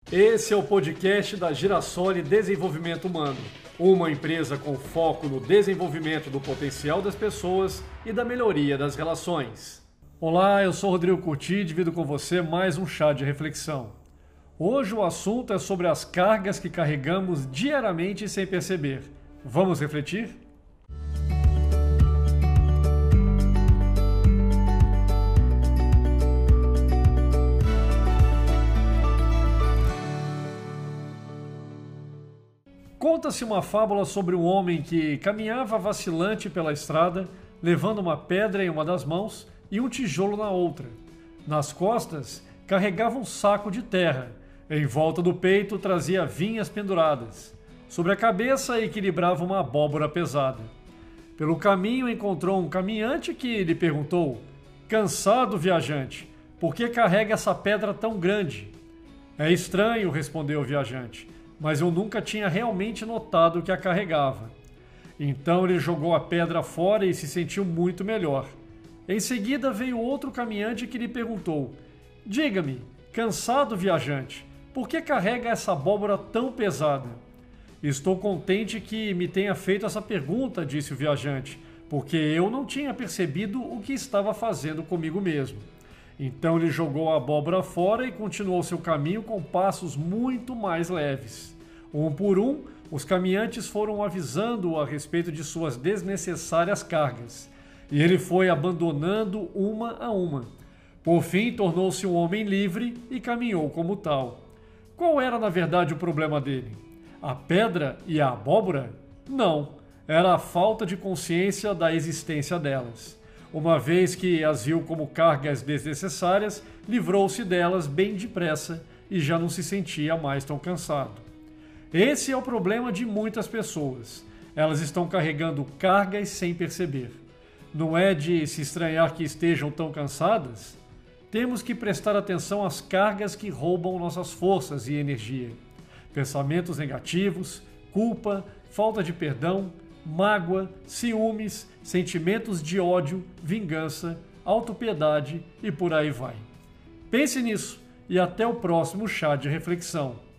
Esse é o podcast da Girassoli Desenvolvimento Humano, uma empresa com foco no desenvolvimento do potencial das pessoas e da melhoria das relações. Olá, eu sou Rodrigo Curti e divido com você mais um chá de reflexão. Hoje o assunto é sobre as cargas que carregamos diariamente sem perceber. Vamos refletir? Conta-se uma fábula sobre um homem que caminhava vacilante pela estrada, levando uma pedra em uma das mãos e um tijolo na outra. Nas costas, carregava um saco de terra. Em volta do peito, trazia vinhas penduradas. Sobre a cabeça, equilibrava uma abóbora pesada. Pelo caminho, encontrou um caminhante que lhe perguntou: "Cansado, viajante, por que carrega essa pedra tão grande?" "É estranho", respondeu o viajante, "mas eu nunca tinha realmente notado que a carregava." Então ele jogou a pedra fora e se sentiu muito melhor. Em seguida veio outro caminhante que lhe perguntou: "Diga-me, cansado viajante, por que carrega essa abóbora tão pesada?" "Estou contente que me tenha feito essa pergunta", disse o viajante, "porque eu não tinha percebido o que estava fazendo comigo mesmo." Então ele jogou a abóbora fora e continuou seu caminho com passos muito mais leves. Um por um, os caminhantes foram avisando-o a respeito de suas desnecessárias cargas, e ele foi abandonando uma a uma. Por fim, tornou-se um homem livre e caminhou como tal. Qual era, na verdade, o problema dele? A pedra e a abóbora? Não, era a falta de consciência da existência delas. Uma vez que as viu como cargas desnecessárias, livrou-se delas bem depressa e já não se sentia mais tão cansado. Esse é o problema de muitas pessoas. Elas estão carregando cargas sem perceber. Não é de se estranhar que estejam tão cansadas? Temos que prestar atenção às cargas que roubam nossas forças e energia. Pensamentos negativos, culpa, falta de perdão, mágoa, ciúmes, sentimentos de ódio, vingança, autopiedade e por aí vai. Pense nisso e até o próximo chá de reflexão.